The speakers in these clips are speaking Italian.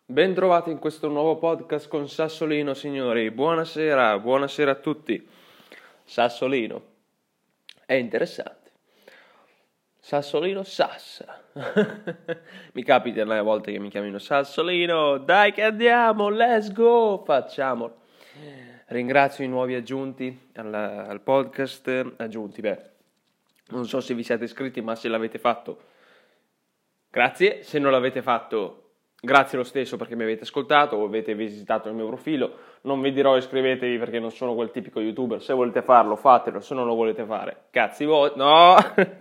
Bentrovati in questo nuovo podcast con Sassolino, signori. Buonasera a tutti. Sassolino è interessante. Sassolino Sassa. Mi capita a volte che mi chiamino Sassolino. Dai che andiamo, let's go, facciamo. Ringrazio i nuovi aggiunti al podcast. Non so se vi siete iscritti, ma se l'avete fatto, grazie. Se non l'avete fatto, grazie lo stesso perché mi avete ascoltato o avete visitato il mio profilo. Non vi dirò iscrivetevi perché non sono quel tipico youtuber. Se volete farlo, fatelo. Se non lo volete fare, cazzi voi. No!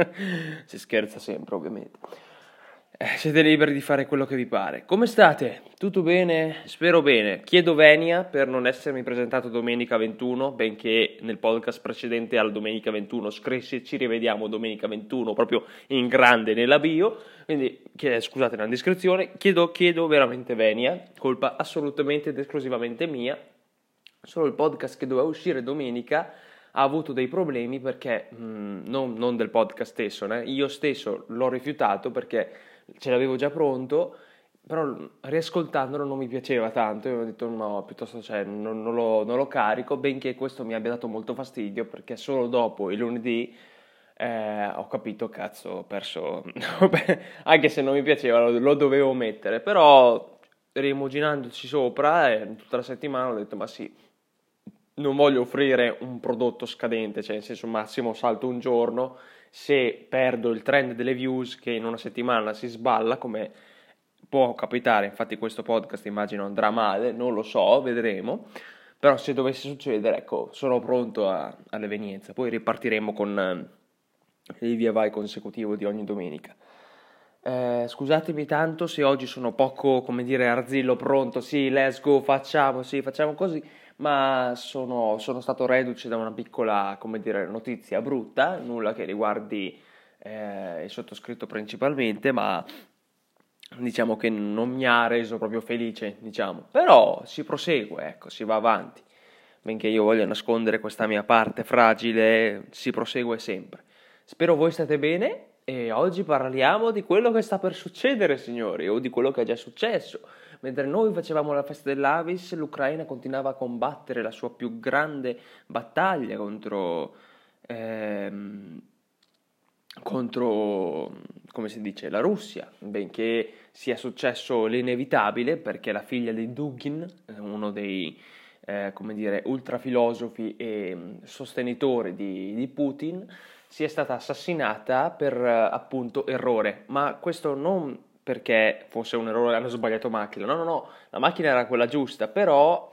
Si scherza sempre, ovviamente. Siete liberi di fare quello che vi pare. Come state? Tutto bene? Spero bene. Chiedo venia per non essermi presentato domenica 21, benché nel podcast precedente alla domenica 21 scrissi ci rivediamo domenica 21 proprio in grande nella bio. Quindi scusate l'indiscrezione, chiedo veramente venia, colpa assolutamente ed esclusivamente mia. Solo il podcast che doveva uscire domenica ha avuto dei problemi perché non del podcast stesso, io stesso l'ho rifiutato perché ce l'avevo già pronto, però riascoltandolo non mi piaceva tanto e ho detto no, piuttosto non lo carico, benché questo mi abbia dato molto fastidio perché solo dopo il lunedì ho capito, cazzo, ho perso, anche se non mi piaceva lo dovevo mettere, però rimuginandoci sopra tutta la settimana ho detto ma sì, non voglio offrire un prodotto scadente, cioè nel senso massimo salto un giorno, se perdo il trend delle views che in una settimana si sballa come può capitare, infatti questo podcast immagino andrà male, non lo so, vedremo, però se dovesse succedere ecco sono pronto all'evenienza, poi ripartiremo con il via vai consecutivo di ogni domenica. Scusatemi tanto se oggi sono poco, come dire, arzillo pronto, sì, let's go, facciamo così, ma sono stato reduce da una piccola, come dire, notizia brutta, nulla che riguardi il sottoscritto principalmente, ma diciamo che non mi ha reso proprio felice, diciamo, però si prosegue, ecco, si va avanti, benché io voglia nascondere questa mia parte fragile, si prosegue sempre. Spero voi state bene e oggi parliamo di quello che sta per succedere, signori, o di quello che è già successo. Mentre noi facevamo la festa dell'Avis, l'Ucraina continuava a combattere la sua più grande battaglia contro, come si dice, la Russia, benché sia successo l'inevitabile, perché la figlia di Dugin, uno dei, come dire, ultrafilosofi e sostenitori di Putin, sia stata assassinata per appunto errore, ma questo non perché fosse un errore, hanno sbagliato macchina, no, la macchina era quella giusta, però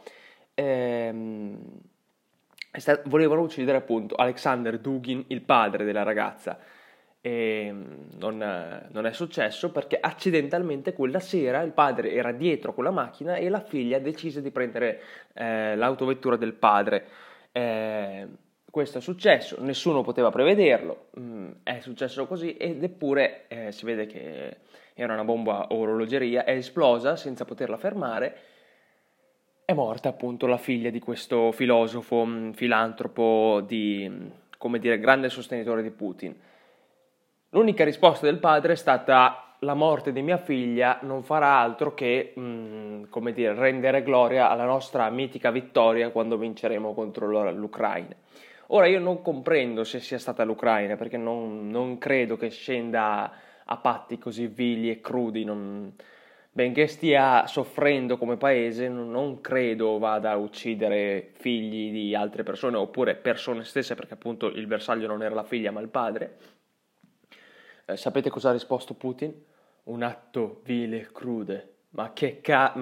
volevano uccidere appunto Alexander Dugin, il padre della ragazza, e non è successo perché accidentalmente quella sera il padre era dietro con la macchina e la figlia decise di prendere l'autovettura del padre. Questo è successo, nessuno poteva prevederlo, è successo così ed eppure si vede che era una bomba a orologeria, è esplosa senza poterla fermare, è morta appunto la figlia di questo filosofo, filantropo, come dire, grande sostenitore di Putin. L'unica risposta del padre è stata: la morte di mia figlia non farà altro che, come dire, rendere gloria alla nostra mitica vittoria quando vinceremo contro l'Ucraina. Ora io non comprendo se sia stata l'Ucraina, perché non credo che scenda a patti così vili e crudi, benché stia soffrendo come paese, non credo vada a uccidere figli di altre persone, oppure persone stesse, perché appunto il bersaglio non era la figlia ma il padre. Sapete cosa ha risposto Putin? Un atto vile e crude. Ma che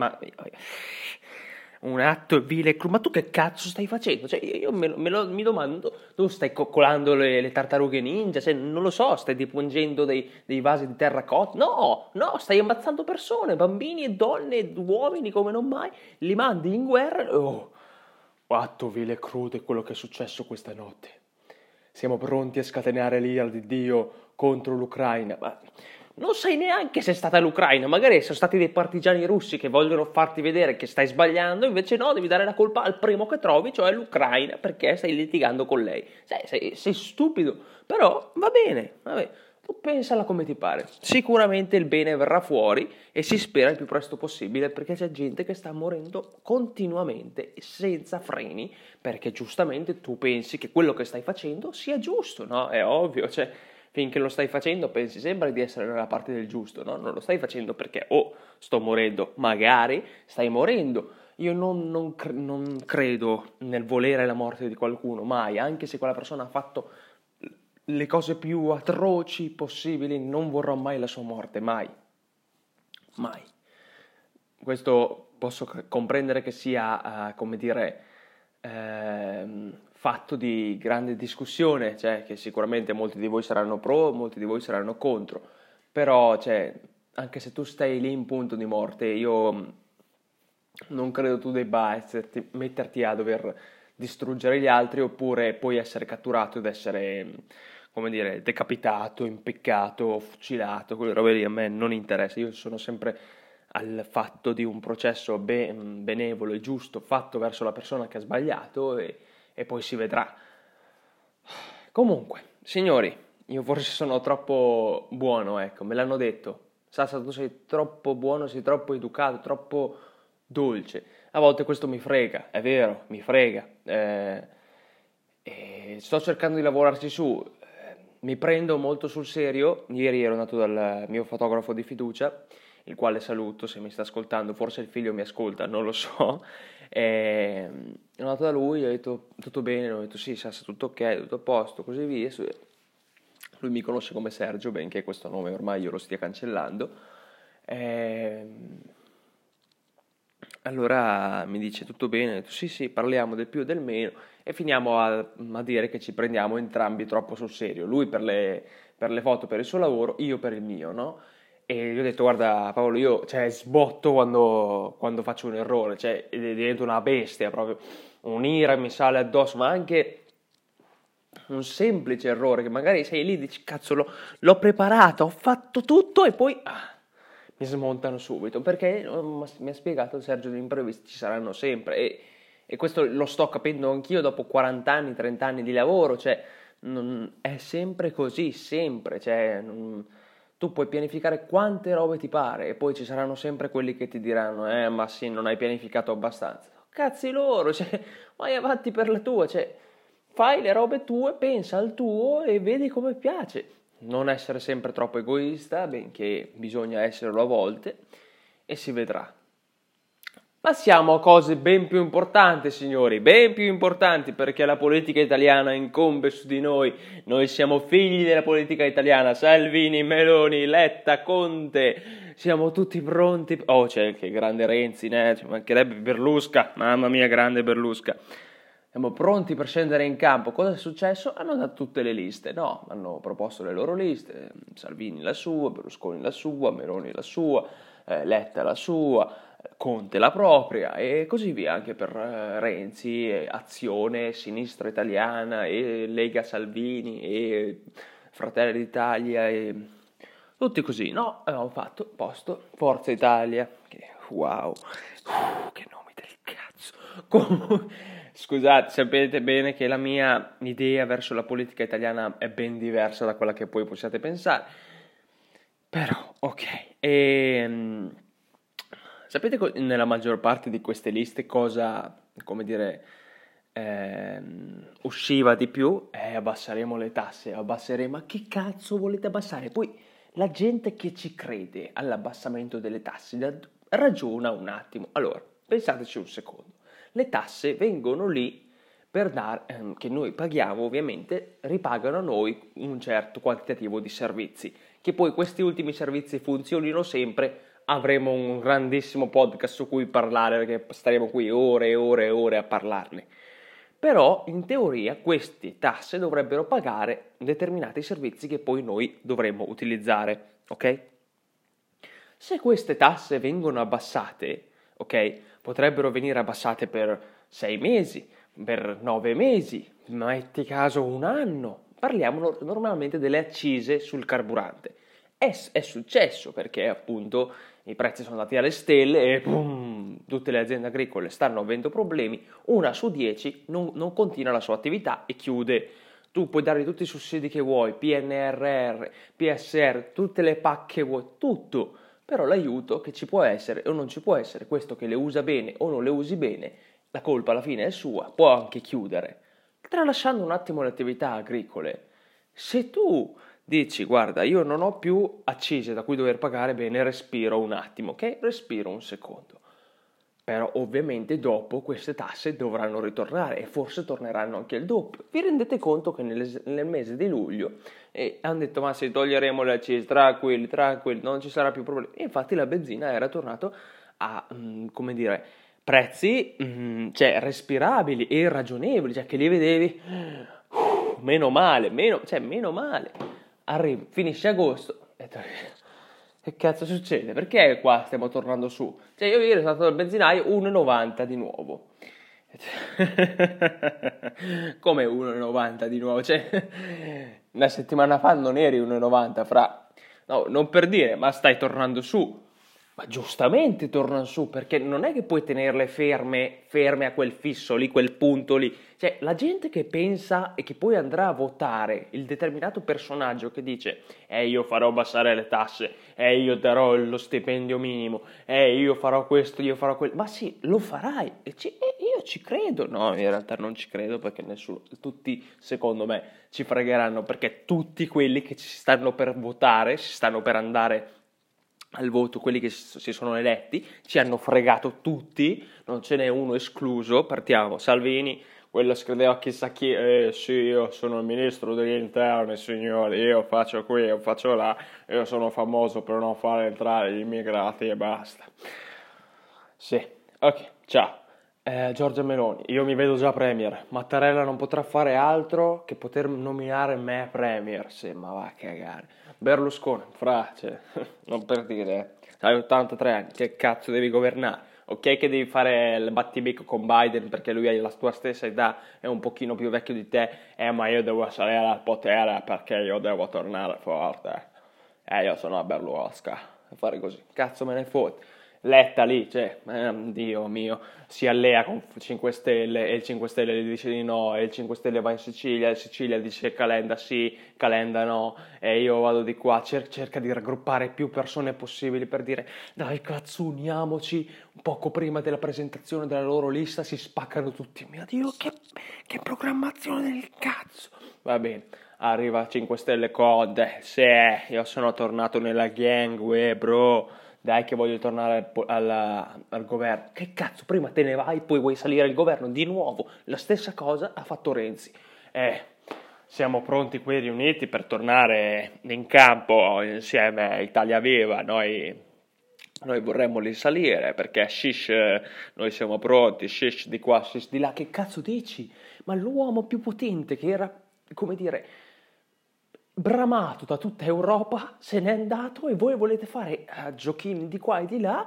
un atto vile e crude. Ma tu che cazzo stai facendo? Cioè, io mi domando, tu stai coccolando le tartarughe ninja? Cioè, non lo so, stai dipingendo dei vasi di terracotta? No, stai ammazzando persone, bambini e donne e uomini come non mai. Li mandi in guerra. Oh, atto vile e crude è quello che è successo questa notte. Siamo pronti a scatenare l'ira di Dio contro l'Ucraina, ma non sai neanche se è stata l'Ucraina, magari sono stati dei partigiani russi che vogliono farti vedere che stai sbagliando, invece no, devi dare la colpa al primo che trovi, cioè l'Ucraina, perché stai litigando con lei. Sei stupido, però va bene, tu pensala come ti pare, sicuramente il bene verrà fuori e si spera il più presto possibile, perché c'è gente che sta morendo continuamente senza freni, perché giustamente tu pensi che quello che stai facendo sia giusto, no? È ovvio, cioè finché lo stai facendo pensi sempre di essere nella parte del giusto, no? Non lo stai facendo perché sto morendo, magari stai morendo. Io non credo nel volere la morte di qualcuno, mai, anche se quella persona ha fatto le cose più atroci possibili, non vorrò mai la sua morte, mai, mai. Questo posso comprendere che sia, come dire, fatto di grande discussione, cioè che sicuramente molti di voi saranno pro, molti di voi saranno contro, però, cioè, anche se tu stai lì in punto di morte, io non credo tu debba metterti a dover distruggere gli altri oppure poi essere catturato ed essere, come dire, decapitato, impiccato, fucilato, quelle robe lì a me non interessa. Io sono sempre al fatto di un processo benevolo e giusto fatto verso la persona che ha sbagliato e poi si vedrà. Comunque, signori, io forse sono troppo buono, ecco, me l'hanno detto. Sassa, tu sei troppo buono, sei troppo educato, troppo dolce. A volte questo mi frega, è vero, mi frega. E sto cercando di lavorarci su. Mi prendo molto sul serio. Ieri ero andato dal mio fotografo di fiducia, il quale saluto se mi sta ascoltando, forse il figlio mi ascolta, non lo so. Sono andato da lui, ho detto tutto bene, ho detto sì, Sassa, tutto ok, tutto a posto, così via. Lui mi conosce come Sergio, benché questo nome ormai io lo stia cancellando. Allora mi dice tutto bene, ho detto sì, parliamo del più e del meno e finiamo a dire che ci prendiamo entrambi troppo sul serio. Lui per le foto, per il suo lavoro, io per il mio, no? E gli ho detto, guarda Paolo, io cioè, sbotto quando faccio un errore, cioè divento una bestia proprio, un'ira mi sale addosso, ma anche un semplice errore che magari sei lì e dici, cazzo, l'ho preparato, ho fatto tutto e poi mi smontano subito, perché mi ha spiegato Sergio, gli imprevisti ci saranno sempre e questo lo sto capendo anch'io dopo 40 anni, 30 anni di lavoro, cioè è sempre così, sempre, cioè tu puoi pianificare quante robe ti pare e poi ci saranno sempre quelli che ti diranno ma sì, non hai pianificato abbastanza. Cazzi loro, cioè vai avanti per la tua, cioè fai le robe tue, pensa al tuo e vedi come piace. Non essere sempre troppo egoista, benché bisogna esserlo a volte, e si vedrà. Passiamo a cose ben più importanti, signori, ben più importanti, perché la politica italiana incombe su di noi. Noi siamo figli della politica italiana, Salvini, Meloni, Letta, Conte, siamo tutti pronti. Oh, c'è anche grande Renzi, ci mancherebbe Berlusca, mamma mia, grande Berlusca. Siamo pronti per scendere in campo. Cosa è successo? Hanno dato tutte le liste, no? Hanno proposto le loro liste, Salvini la sua, Berlusconi la sua, Meloni la sua, Letta la sua, Conte la propria e così via anche per Renzi, Azione, Sinistra Italiana e Lega Salvini e Fratelli d'Italia e tutti così, no? Abbiamo fatto posto Forza Italia, che wow, che nomi del cazzo. Scusate, sapete bene che la mia idea verso la politica italiana è ben diversa da quella che poi possiate pensare, però ok. Sapete nella maggior parte di queste liste cosa, come dire, usciva di più? Abbasseremo le tasse, abbasseremo, ma che cazzo volete abbassare? Poi la gente che ci crede all'abbassamento delle tasse ragiona un attimo. Allora, pensateci un secondo. Le tasse vengono lì per che noi paghiamo, ovviamente, ripagano a noi un certo quantitativo di servizi. Che poi questi ultimi servizi funzionino sempre, avremo un grandissimo podcast su cui parlare, perché staremo qui ore e ore e ore a parlarne. Però, in teoria, queste tasse dovrebbero pagare determinati servizi che poi noi dovremmo utilizzare, ok? Se queste tasse vengono abbassate, ok, potrebbero venire abbassate per 6 mesi, per 9 mesi, metti caso un anno. Parliamo normalmente delle accise sul carburante. È successo perché appunto i prezzi sono andati alle stelle e boom, tutte le aziende agricole stanno avendo problemi, una su 10 non continua la sua attività e chiude Tu puoi dargli tutti i sussidi che vuoi, PNRR, PSR, tutte le pacche che vuoi, tutto, però l'aiuto che ci può essere o non ci può essere, questo che le usa bene o non le usi bene, la colpa alla fine è sua, può anche chiudere, tralasciando un attimo le attività agricole. Se tu dici, guarda, io non ho più accise da cui dover pagare, bene, respiro un attimo, ok? Respiro un secondo. Però ovviamente dopo queste tasse dovranno ritornare e forse torneranno anche il doppio. Vi rendete conto che nel mese di luglio hanno detto ma se toglieremo le accise, tranquilli, non ci sarà più problema. E infatti la benzina era tornato a, come dire, prezzi cioè respirabili e ragionevoli, cioè che li vedevi meno male, meno male. Finisce agosto e che cazzo succede? Perché qua stiamo tornando su? Cioè io ieri sono stato al benzinaio 1,90 di nuovo. Come 1,90 di nuovo? Cioè una settimana fa non eri 1,90 fra... No, non per dire, ma stai tornando su. Ma giustamente tornano su, perché non è che puoi tenerle ferme a quel fisso lì, quel punto lì. Cioè, la gente che pensa e che poi andrà a votare il determinato personaggio che dice io farò abbassare le tasse, io darò lo stipendio minimo, io farò questo, io farò quello. Ma sì, lo farai, io ci credo. No, in realtà non ci credo perché tutti, secondo me, ci fregheranno, perché tutti quelli che ci stanno per votare, si stanno per andare al voto, quelli che si sono eletti, ci hanno fregato tutti, non ce n'è uno escluso. Partiamo, Salvini, quello si credeva chissà chi, sì, io sono il ministro degli interni, signori, io faccio qui, io faccio là, io sono famoso per non far entrare gli immigrati e basta. Sì, ok, ciao. Giorgia Meloni, io mi vedo già premier. Mattarella non potrà fare altro che poter nominare me premier. Sì, ma va a cagare. Berlusconi, cioè, non per dire, hai 83 anni, che cazzo devi governare? Ok che devi fare il battibecco con Biden perché lui ha la tua stessa età, è un pochino più vecchio di te, ma io devo salire al potere perché io devo tornare forte. Io sono a Berlusca, fare così, cazzo me ne fotte. Letta lì, cioè, Dio mio, si allea con 5 Stelle e il 5 Stelle gli dice di no, e il 5 Stelle va in Sicilia, e Sicilia dice Calenda sì, Calenda no, e io vado di qua, cerca di raggruppare più persone possibili per dire dai cazzo uniamoci, poco prima della presentazione della loro lista si spaccano tutti, mio Dio che programmazione del cazzo, va bene. Arriva 5 Stelle Conte, sì, io sono tornato nella gang, bro. Dai che voglio tornare al governo. Che cazzo, prima te ne vai, poi vuoi salire al governo di nuovo. La stessa cosa ha fatto Renzi. Siamo pronti qui riuniti per tornare in campo insieme a Italia Viva. Noi vorremmo risalire perché shish, noi siamo pronti, shish di qua, shish di là. Che cazzo dici? Ma l'uomo più potente che era, come dire, bramato da tutta Europa, se n'è andato e voi volete fare giochini di qua e di là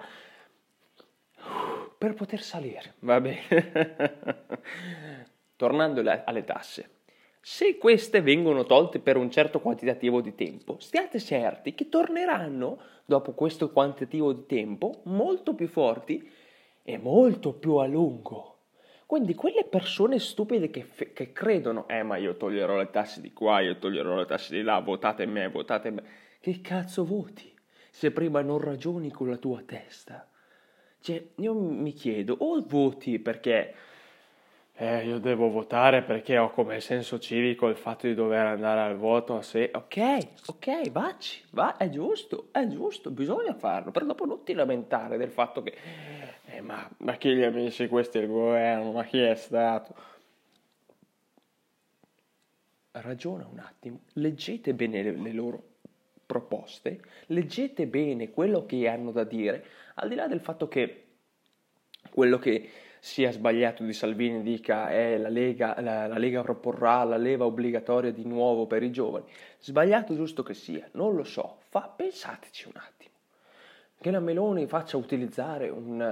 per poter salire. Va bene. Tornando alle tasse. Se queste vengono tolte per un certo quantitativo di tempo, stiate certi che torneranno, dopo questo quantitativo di tempo, molto più forti e molto più a lungo. Quindi quelle persone stupide che credono, ma io toglierò le tasse di qua, io toglierò le tasse di là, votate me. Che cazzo voti? Se prima non ragioni con la tua testa. Cioè, io mi chiedo, o voti perché io devo votare perché ho come senso civico il fatto di dover andare al voto, se ok, vacci, è giusto, bisogna farlo, però dopo non ti lamentare del fatto che ma chi li ha messi questi il governo, ma chi è stato? Ragiona un attimo, leggete bene le loro proposte, leggete bene quello che hanno da dire, al di là del fatto che quello che sia sbagliato di Salvini dica la Lega proporrà la leva obbligatoria di nuovo per i giovani, sbagliato giusto che sia, non lo so, pensateci un attimo, che la Meloni faccia utilizzare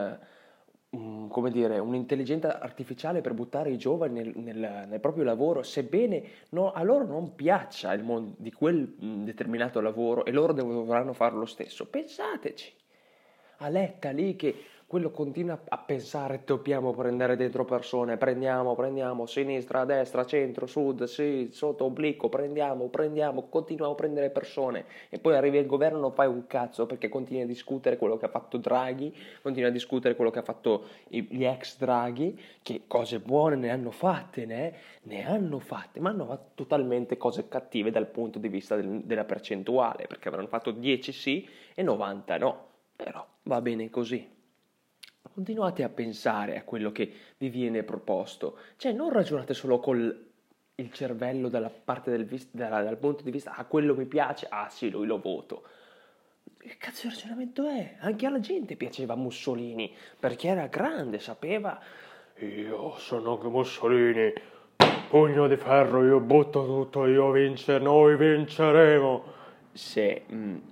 un'intelligenza artificiale per buttare i giovani nel proprio lavoro, sebbene a loro non piaccia il mondo di quel determinato lavoro e loro dovranno fare lo stesso. Pensateci a Letta lì che quello continua a pensare dobbiamo prendere dentro persone, prendiamo, sinistra, destra, centro, sud, sì, sotto, obliquo, prendiamo, continuiamo a prendere persone e poi arrivi al governo e non fai un cazzo perché continui a discutere quello che ha fatto Draghi, continui a discutere quello che ha fatto gli ex Draghi, che cose buone ne hanno fatte, ne hanno fatte, ma hanno fatto totalmente cose cattive dal punto di vista della percentuale, perché avranno fatto 10 sì e 90 no, però va bene così. Continuate a pensare a quello che vi viene proposto, cioè non ragionate solo col il cervello dalla parte dal punto di vista quello mi piace, sì, lui lo voto. Che cazzo di ragionamento è? Anche alla gente piaceva Mussolini, perché era grande, sapeva io sono Mussolini, pugno di ferro, io butto tutto, noi vinceremo. Se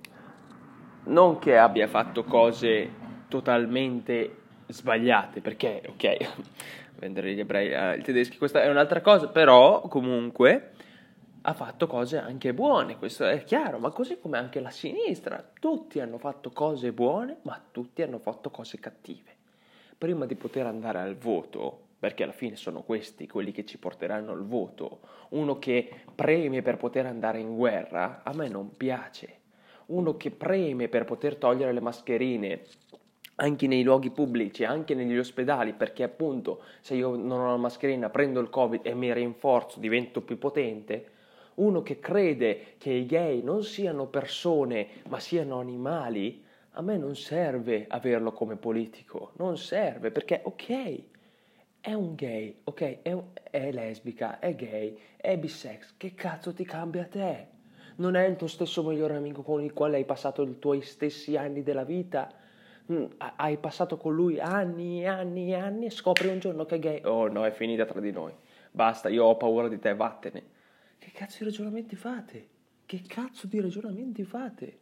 non che abbia fatto cose totalmente sbagliate, perché, ok, vendere gli ebrei ai tedeschi, questa è un'altra cosa, però comunque ha fatto cose anche buone, questo è chiaro, ma così come anche la sinistra, tutti hanno fatto cose buone, ma tutti hanno fatto cose cattive. Prima di poter andare al voto, perché alla fine sono questi quelli che ci porteranno al voto, uno che preme per poter andare in guerra, a me non piace. Uno che preme per poter togliere le mascherine anche nei luoghi pubblici, anche negli ospedali, perché appunto se io non ho la mascherina prendo il Covid e mi rinforzo, divento più potente. Uno che crede che i gay non siano persone ma siano animali, a me non serve averlo come politico, non serve perché ok, è un gay, ok, è lesbica, è gay, è bisex, che cazzo ti cambia a te? Non è il tuo stesso migliore amico con il quale hai passato i tuoi stessi anni della vita? Hai passato con lui anni e anni e anni e scopri un giorno che è gay. Oh no, è finita tra di noi. Basta, io ho paura di te, vattene. Che cazzo di ragionamenti fate? Che cazzo di ragionamenti fate?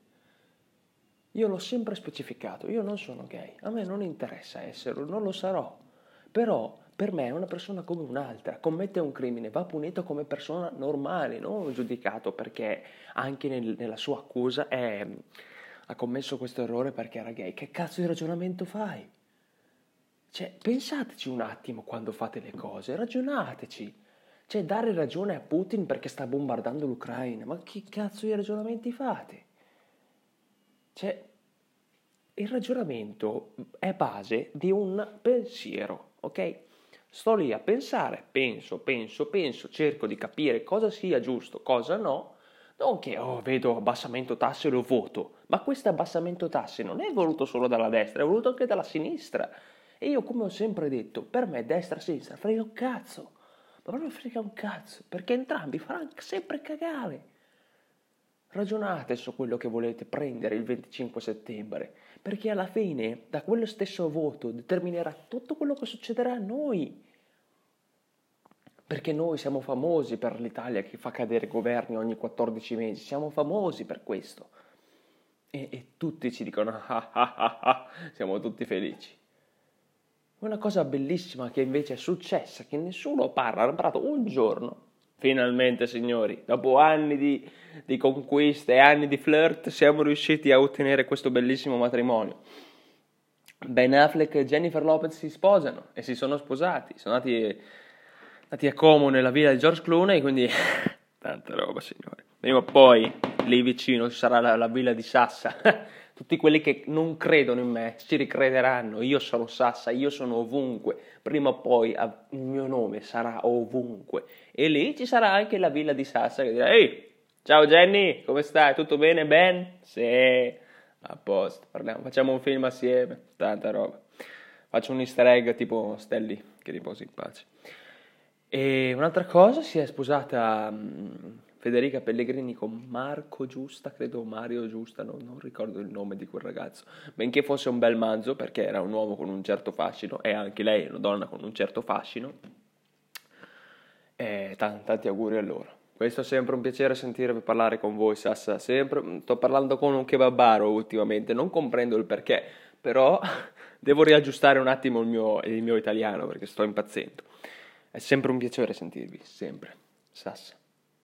Io l'ho sempre specificato, io non sono gay, a me non interessa esserlo, non lo sarò. Però per me è una persona come un'altra, commette un crimine, va punito come persona normale, non giudicato perché anche nella sua accusa ha commesso questo errore perché era gay. Che cazzo di ragionamento fai? Cioè, pensateci un attimo quando fate le cose, ragionateci. Cioè, dare ragione a Putin perché sta bombardando l'Ucraina, ma che cazzo di ragionamenti fate? Cioè, il ragionamento è base di un pensiero, ok? Sto lì a pensare, penso, cerco di capire cosa sia giusto, cosa no, non che, vedo abbassamento tasse e lo voto, ma questo abbassamento tasse non è voluto solo dalla destra, è voluto anche dalla sinistra. E io, come ho sempre detto, per me destra e sinistra frega un cazzo, ma proprio frega un cazzo, perché entrambi faranno sempre cagare. Ragionate su quello che volete prendere il 25 settembre, perché alla fine da quello stesso voto determinerà tutto quello che succederà a noi. Perché noi siamo famosi per l'Italia che fa cadere governi ogni 14 mesi, siamo famosi per questo. E tutti ci dicono siamo tutti felici. Una cosa bellissima che invece è successa, che nessuno parla, hanno parlato un giorno. Finalmente, signori, dopo anni di conquiste e anni di flirt, siamo riusciti a ottenere questo bellissimo matrimonio. Ben Affleck e Jennifer Lopez si sposano e si sono sposati, sono andati a Como nella villa di George Clooney, quindi tanta roba, signori. Prima o poi lì vicino ci sarà la villa di Sassa. Tutti quelli che non credono in me ci ricrederanno. Io sono Sassa, io sono ovunque. Prima o poi il mio nome sarà ovunque. E lì ci sarà anche la villa di Sassa che dirà: ehi, ciao Jenny, come stai? Tutto bene, Ben? Sì, a posto, facciamo un film assieme, tanta roba. Faccio un easter egg tipo Stelli, che riposi in pace. E un'altra cosa, si è sposata Federica Pellegrini con Marco Giusta, credo Mario Giusta, non ricordo il nome di quel ragazzo, benché fosse un bel manzo perché era un uomo con un certo fascino e anche lei è una donna con un certo fascino. E tanti auguri a loro. Questo è sempre un piacere sentirvi parlare con voi, Sassa, sempre. Sto parlando con un kebabaro ultimamente, non comprendo il perché, però devo riaggiustare un attimo il mio italiano perché sto impazzendo. È sempre un piacere sentirvi, sempre. Sassa.